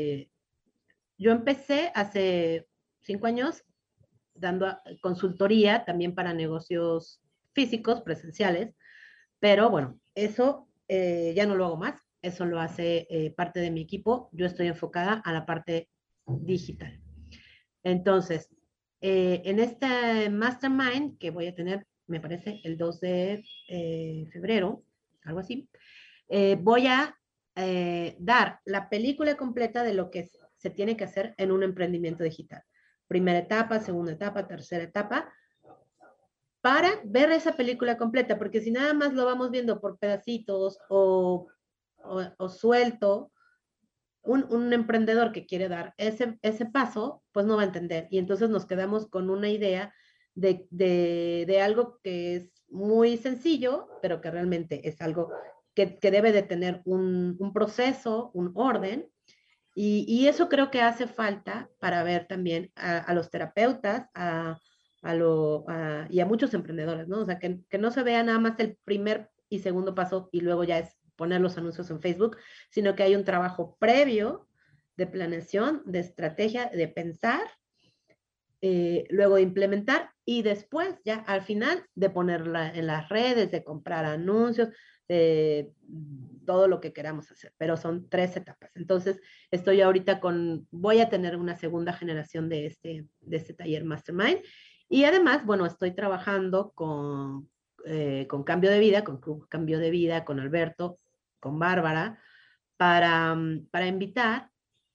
Speaker 5: Yo empecé hace 5 años dando consultoría también para negocios físicos, presenciales, pero bueno, eso ya no lo hago más, eso lo hace parte de mi equipo, yo estoy enfocada a la parte digital. Entonces, en este mastermind que voy a tener, me parece, el 2 de febrero, algo así, voy a dar la película completa de lo que se tiene que hacer en un emprendimiento digital. Primera etapa, segunda etapa, tercera etapa, para ver esa película completa, porque si nada más lo vamos viendo por pedacitos o suelto, un emprendedor que quiere dar ese paso, pues no va a entender. Y entonces nos quedamos con una idea de algo que es muy sencillo, pero que realmente es algo que debe de tener un proceso, un orden. Y eso creo que hace falta para ver también a los terapeutas, y a muchos emprendedores, ¿no? O sea, que no se vea nada más el primer y segundo paso y luego ya es poner los anuncios en Facebook, sino que hay un trabajo previo de planeación, de estrategia, de pensar, luego de implementar y después ya al final de ponerla en las redes, de comprar anuncios, de todo lo que queramos hacer, pero son 3 etapas. Entonces, estoy ahorita voy a tener una segunda generación de este taller Mastermind y además, bueno, estoy trabajando con Cambio de Vida, con Club Cambio de Vida, con Alberto, con Bárbara, para invitar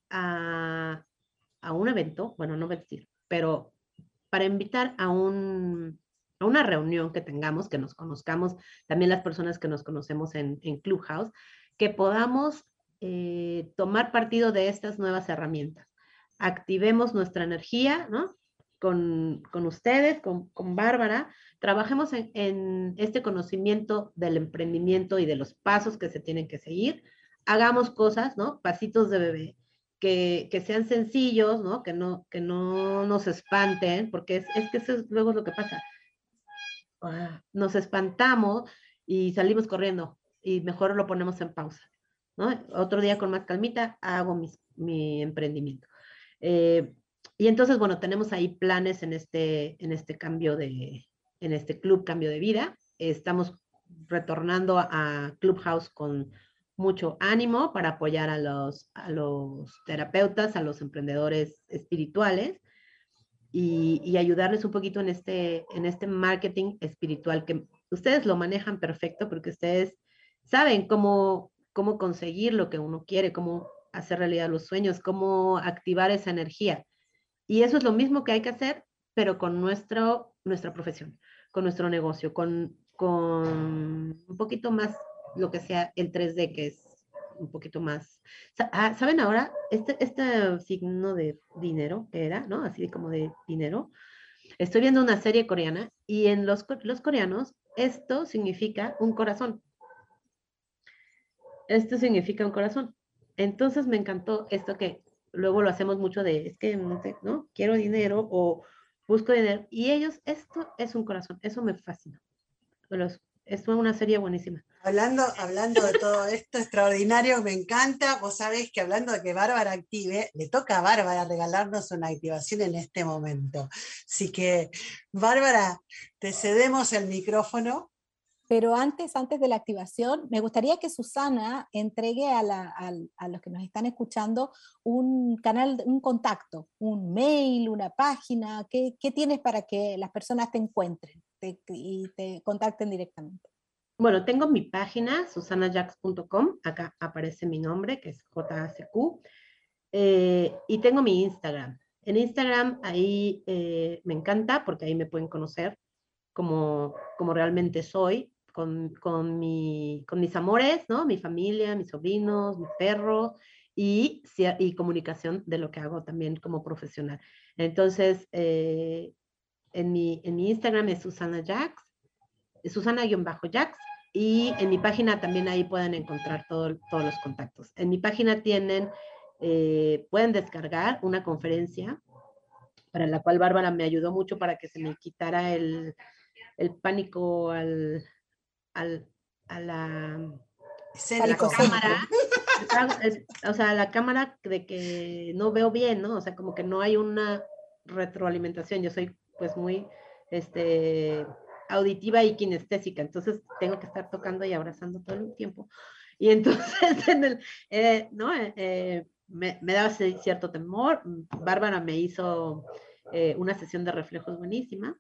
Speaker 5: a un evento, bueno, no voy a decir, pero para invitar a una reunión que tengamos, que nos conozcamos, también las personas que nos conocemos en Clubhouse, que podamos tomar partido de estas nuevas herramientas. Activemos nuestra energía, ¿no? Con ustedes, con Bárbara, trabajemos en este conocimiento del emprendimiento y de los pasos que se tienen que seguir, hagamos cosas, ¿no? Pasitos de bebé, que sean sencillos, ¿no? Que no nos espanten, porque es que eso es luego lo que pasa. Nos espantamos y salimos corriendo y mejor lo ponemos en pausa, ¿no? Otro día con más calmita hago mi emprendimiento. Y entonces, bueno, tenemos ahí planes en este en este club Cambio de Vida. Estamos retornando a Clubhouse con mucho ánimo para apoyar a los terapeutas, a los emprendedores espirituales y ayudarles un poquito en este marketing espiritual que ustedes lo manejan perfecto porque ustedes saben cómo conseguir lo que uno quiere, cómo hacer realidad los sueños, cómo activar esa energía. Y eso es lo mismo que hay que hacer, pero con nuestra profesión, con nuestro negocio, con un poquito más lo que sea el 3D, que es un poquito más. ¿Saben ahora? Este signo de dinero que era, ¿no? Así como de dinero. Estoy viendo una serie coreana y en los coreanos esto significa un corazón. Esto significa un corazón. Entonces me encantó esto que luego lo hacemos mucho de, es que no quiero dinero o busco dinero. Y ellos, esto es un corazón. Eso me fascina. Es una serie buenísima.
Speaker 2: Hablando de todo esto extraordinario, me encanta. Vos sabés que hablando de que Bárbara active, le toca a Bárbara regalarnos una activación en este momento. Así que, Bárbara, te cedemos el micrófono.
Speaker 4: Pero antes de la activación, me gustaría que Susana entregue a los que nos están escuchando un canal, un contacto, un mail, una página. ¿Qué tienes para que las personas te encuentren y te contacten directamente?
Speaker 5: Bueno, tengo mi página, susanajax.com, acá aparece mi nombre, que es JACQ, y tengo mi Instagram. En Instagram ahí me encanta porque ahí me pueden conocer como realmente soy, con mis amores, ¿no? Mi familia, mis sobrinos, mi perro y comunicación de lo que hago también como profesional. Entonces, en mi Instagram es Susana Jax, Susana-Jax, y en mi página también ahí pueden encontrar todos los contactos. En mi página pueden descargar una conferencia para la cual Bárbara me ayudó mucho para que se me quitara el pánico a la cámara. O sea, la cámara de que no veo bien, ¿no? O sea, como que no hay una retroalimentación. Yo soy pues muy auditiva y kinestésica, entonces tengo que estar tocando y abrazando todo el tiempo. Y entonces, ¿no? Me daba cierto temor. Bárbara me hizo una sesión de reflejos buenísima.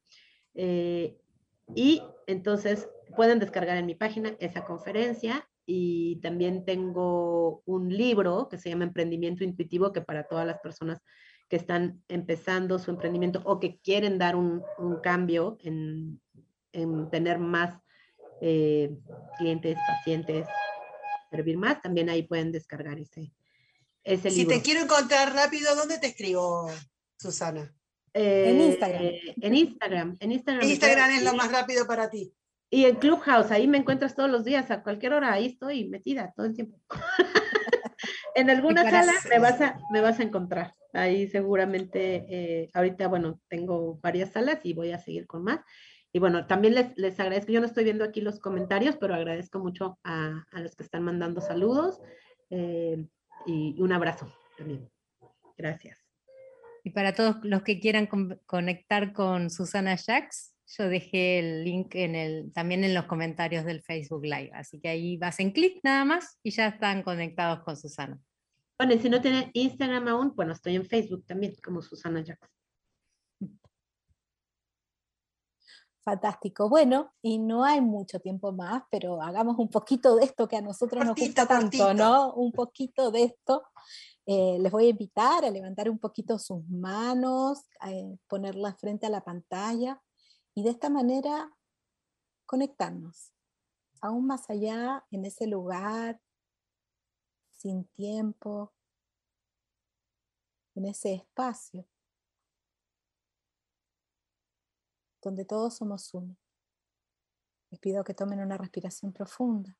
Speaker 5: Y entonces pueden descargar en mi página esa conferencia y también tengo un libro que se llama Emprendimiento Intuitivo, que para todas las personas que están empezando su emprendimiento o que quieren dar un cambio en tener más clientes, pacientes, servir más, también ahí pueden descargar ese libro.
Speaker 2: Si te quiero encontrar rápido, ¿dónde te escribo, Susana?
Speaker 4: En Instagram.
Speaker 5: En Instagram.
Speaker 2: Instagram es lo más rápido para ti.
Speaker 5: Y en Clubhouse, ahí me encuentras todos los días, a cualquier hora, ahí estoy metida todo el tiempo. En alguna sala me vas a encontrar. Ahí seguramente, ahorita, bueno, tengo varias salas y voy a seguir con más. Y bueno, también les agradezco, yo no estoy viendo aquí los comentarios, pero agradezco mucho a los que están mandando saludos y un abrazo también. Gracias.
Speaker 3: Y para todos los que quieran conectar con Susana Jax, yo dejé el link también en los comentarios del Facebook Live. Así que ahí hacen clic nada más y ya están conectados con Susana.
Speaker 5: Bueno, y si no tienen Instagram aún, bueno, estoy en Facebook también como Susana Jax.
Speaker 4: Fantástico. Bueno, y no hay mucho tiempo más, pero hagamos un poquito de esto que a nosotros nos gusta tanto, ¿no? Un poquito de esto. Les voy a invitar a levantar un poquito sus manos, a ponerlas frente a la pantalla y de esta manera conectarnos aún más allá en ese lugar, sin tiempo, en ese espacio donde todos somos uno. Les pido que tomen una respiración profunda.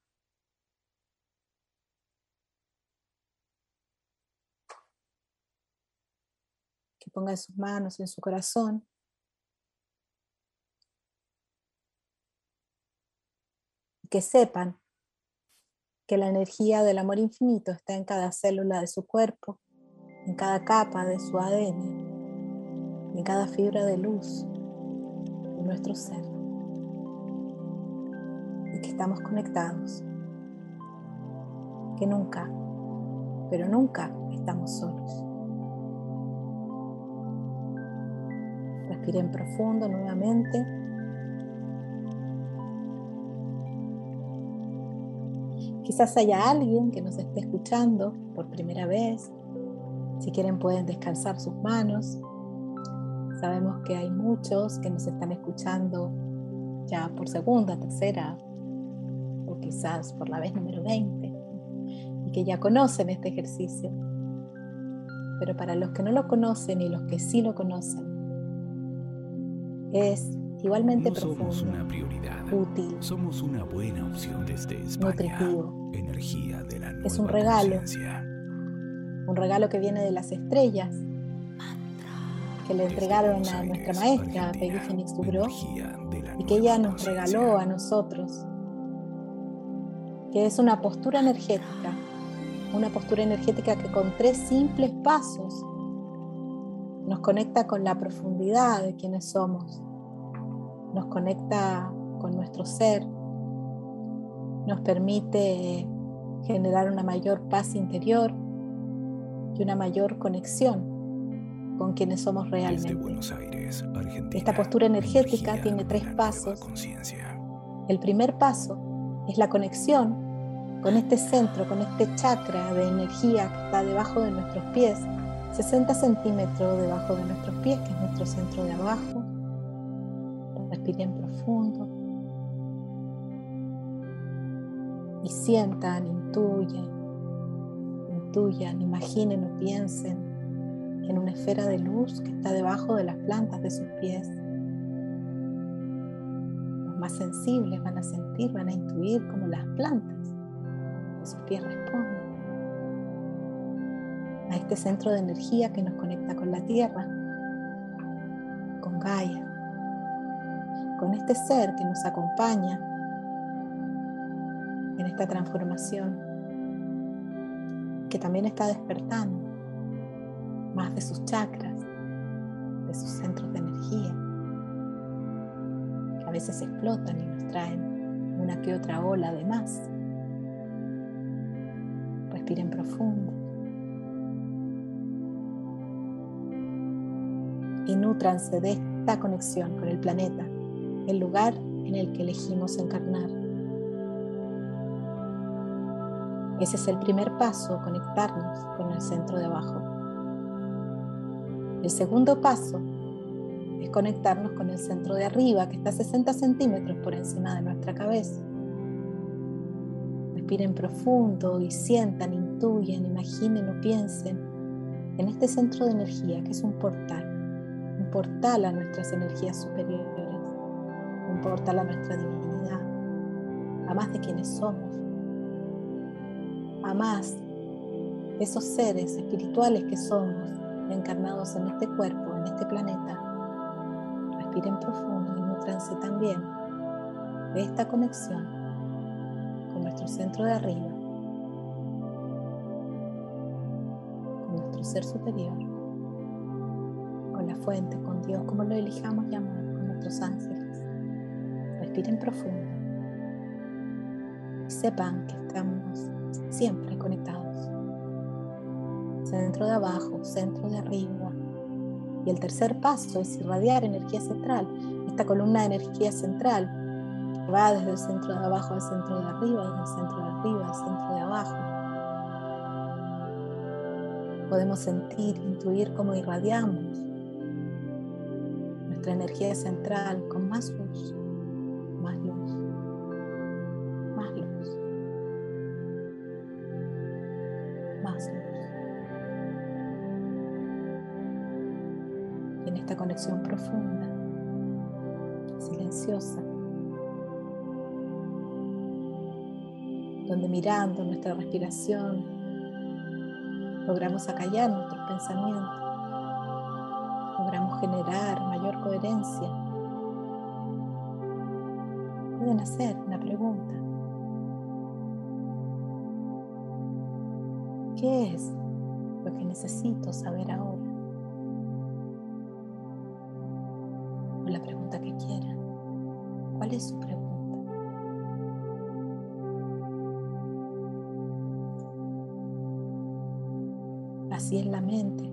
Speaker 4: Que pongan sus manos en su corazón. Y que sepan que la energía del amor infinito está en cada célula de su cuerpo, en cada capa de su ADN, en cada fibra de luz de nuestro ser. Y que estamos conectados. Que que nunca, pero nunca estamos solos. Respiren profundo nuevamente. Quizás haya alguien que nos esté escuchando por primera vez. Si quieren pueden descansar sus manos. Sabemos que hay muchos que nos están escuchando ya por segunda, tercera o quizás por la vez número 20 y que ya conocen este ejercicio. Pero para los que no lo conocen y los que sí lo conocen, es igualmente
Speaker 6: no
Speaker 4: profundo,
Speaker 6: somos una prioridad,
Speaker 4: útil,
Speaker 6: somos una buena opción desde España.
Speaker 4: nutritivo.
Speaker 6: Energía de la nueva
Speaker 4: Es un regalo.
Speaker 6: conciencia.
Speaker 4: Un regalo que viene de las estrellas, que le entregaron a nuestra maestra, Peggy Phoenix Dubrow, y que ella nos regaló a nosotros, que es una postura energética que con 3 simples pasos nos conecta con la profundidad de quienes somos, nos conecta con nuestro ser, nos permite generar una mayor paz interior y una mayor conexión con quienes somos realmente.
Speaker 6: Desde Buenos Aires, Argentina,
Speaker 4: esta postura energética tiene 3 pasos. El primer paso es la conexión con este centro, con este chakra de energía que está debajo de nuestros pies, 60 centímetros debajo de nuestros pies, que es nuestro centro de abajo. Respiren profundo y sientan, intuyan, imaginen o piensen en una esfera de luz que está debajo de las plantas de sus pies. Los más sensibles van a sentir, van a intuir cómo las plantas de sus pies responden a este centro de energía que nos conecta con la tierra, con Gaia, con este ser que nos acompaña en esta transformación, que también está despertando más de sus chakras, de sus centros de energía, que a veces explotan y nos traen una que otra ola de más. Respiren profundo y nútranse de esta conexión con el planeta, el lugar en el que elegimos encarnar. Ese es el primer paso, conectarnos con el centro de abajo. El segundo paso es conectarnos con el centro de arriba, que está a 60 centímetros por encima de nuestra cabeza. Respiren profundo y sientan, intuyen, imaginen o piensen en este centro de energía que es un portal a nuestras energías superiores, un portal a nuestra divinidad, a más de quienes somos, a más de esos seres espirituales que somos, encarnados en este cuerpo, en este planeta. Respiren profundo y nútranse también de esta conexión con nuestro centro de arriba, con nuestro ser superior, con la fuente, con Dios, como lo elijamos llamar, con nuestros ángeles. Respiren profundo y sepan que estamos siempre conectados. Centro de abajo, centro de arriba. Y el tercer paso es irradiar energía central, esta columna de energía central que va desde el centro de abajo al centro de arriba, desde el centro de arriba al centro de abajo. Podemos sentir, intuir cómo irradiamos nuestra energía central con más luz, más luz, más luz, más luz. Y en esta conexión profunda, silenciosa, donde mirando nuestra respiración logramos acallar nuestros pensamientos, logramos generar mayor coherencia. Pueden hacer una pregunta. ¿Qué es lo que necesito saber ahora? O la pregunta que quieran. ¿Cuál es su pregunta? así es la mente,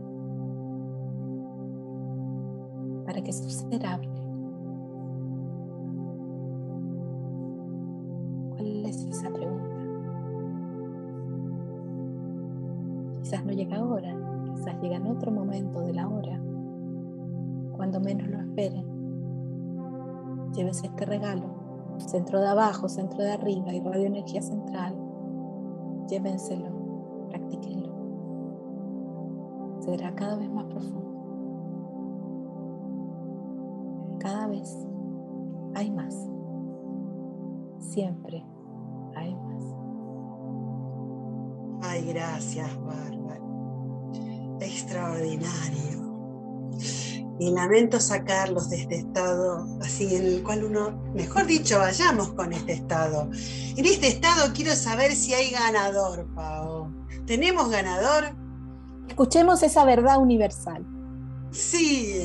Speaker 4: para que su ser hable. ¿Cuál es esa pregunta? Quizás no llega ahora, quizás llega en otro momento de la hora, cuando menos lo esperen. Llévese este regalo, centro de abajo, centro de arriba y radioenergía central. Llévenselo, practíquenlo. Será cada vez más profundo. Cada vez hay más. Siempre hay más.
Speaker 2: Ay, gracias, Bárbara. Extraordinario. Y lamento sacarlos de este estado así en el cual uno, mejor dicho, vayamos con este estado. En este estado quiero saber si hay ganador, Pau. ¿Tenemos ganador?
Speaker 4: Escuchemos esa verdad universal.
Speaker 2: Sí.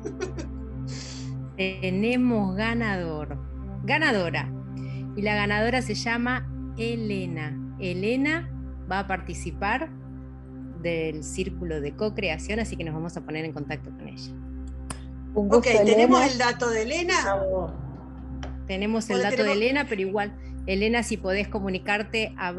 Speaker 3: Tenemos ganadora. Y la ganadora se llama Elena. Elena va a participar del círculo de co-creación, así que nos vamos a poner en contacto con ella.
Speaker 4: Un gusto,
Speaker 2: Ok, ¿tenemos
Speaker 4: Elena.
Speaker 2: el dato de Elena?
Speaker 3: Tenemos el dato de Elena, pero igual, Elena, si podés comunicarte a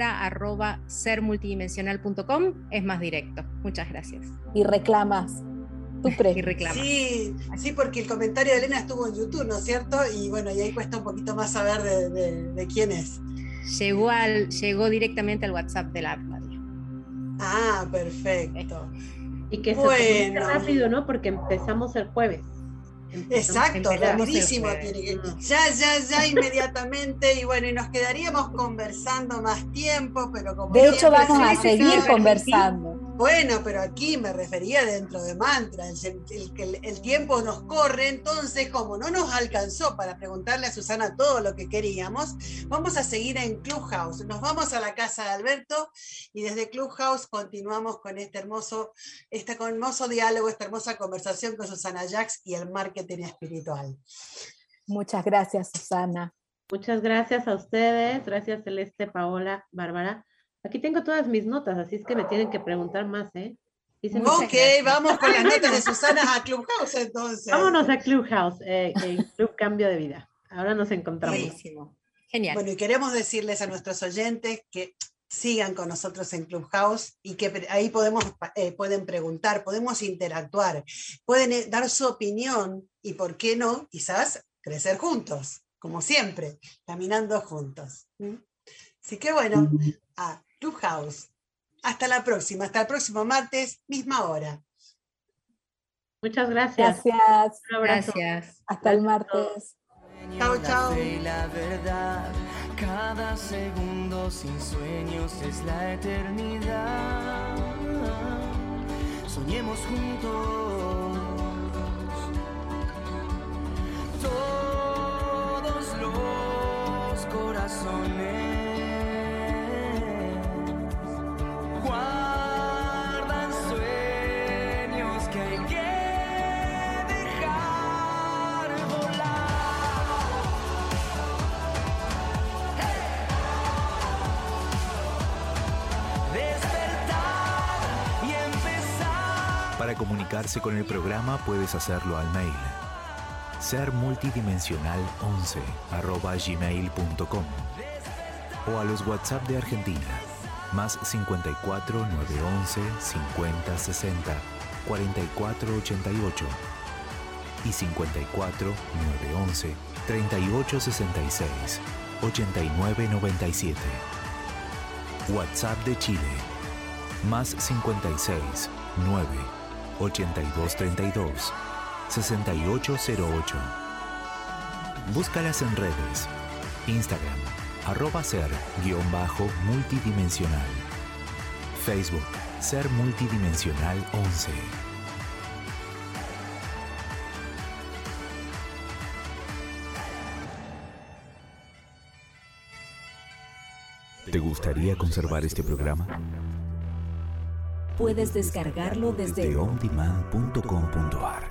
Speaker 3: barbara@sermultidimensional.com, es más directo. Muchas gracias.
Speaker 4: Y reclamas tu premio.
Speaker 3: Y reclama.
Speaker 2: Sí, porque el comentario de Elena estuvo en YouTube, ¿no es cierto? Y bueno, y ahí cuesta un poquito más saber de quién es.
Speaker 3: Llegó directamente al WhatsApp de la radio.
Speaker 2: Ah, perfecto.
Speaker 5: Y que se comunique rápido, ¿no? Porque empezamos el jueves.
Speaker 2: Exacto,
Speaker 3: Empezamos
Speaker 2: rapidísimo.
Speaker 3: el jueves.
Speaker 2: Tiene que, ya, inmediatamente. Y bueno, y nos quedaríamos conversando más tiempo, pero como
Speaker 4: De hecho,
Speaker 2: siempre,
Speaker 4: vamos a
Speaker 2: se
Speaker 4: seguir
Speaker 2: necesita-
Speaker 4: conversando.
Speaker 2: Bueno, pero aquí me refería dentro de mantra. El tiempo nos corre, entonces, como no nos alcanzó para preguntarle a Susana todo lo que queríamos, vamos a seguir en Clubhouse. Nos vamos a la casa de Alberto y desde Clubhouse continuamos con este hermoso diálogo, esta hermosa conversación con Susana Jax y el marketing espiritual.
Speaker 4: Muchas gracias, Susana.
Speaker 5: Muchas gracias a ustedes. Gracias, Celeste, Paola, Bárbara. Aquí tengo todas mis notas, así es que me tienen que preguntar más, ¿eh?
Speaker 2: Ok, vamos con las notas de Susana a Clubhouse entonces.
Speaker 5: Vámonos a Clubhouse, Club Cambio de Vida. Ahora nos encontramos.
Speaker 3: Buenísimo. Genial.
Speaker 2: Bueno, y queremos decirles a nuestros oyentes que sigan con nosotros en Clubhouse y que ahí pueden preguntar, podemos interactuar, pueden dar su opinión y, ¿por qué no? Quizás crecer juntos, como siempre, caminando juntos. Así que bueno, a Clubhouse. Hasta la próxima, hasta el próximo martes, misma hora.
Speaker 5: Muchas gracias.
Speaker 4: Gracias.
Speaker 5: Un abrazo.
Speaker 3: Gracias.
Speaker 4: Hasta el martes.
Speaker 2: Chao,
Speaker 1: La
Speaker 2: chao.
Speaker 1: fe y la verdad, cada segundo sin sueños es la eternidad. Soñemos juntos, todos los corazones guardan sueños que hay que dejar volar. Despertar y empezar.
Speaker 6: Para comunicarse con el programa puedes hacerlo al mail sermultidimensional11@gmail.com o a los WhatsApp de Argentina más 54 911 50 60 44 88 y 54 911 38 66 89 97. WhatsApp de Chile más 56 9 82 32 6808. Búscalas en redes. Instagram @ser_multidimensional. Facebook Ser Multidimensional 11. ¿Te gustaría conservar este programa?
Speaker 7: Puedes descargarlo desde
Speaker 6: Desde ondemand.com.ar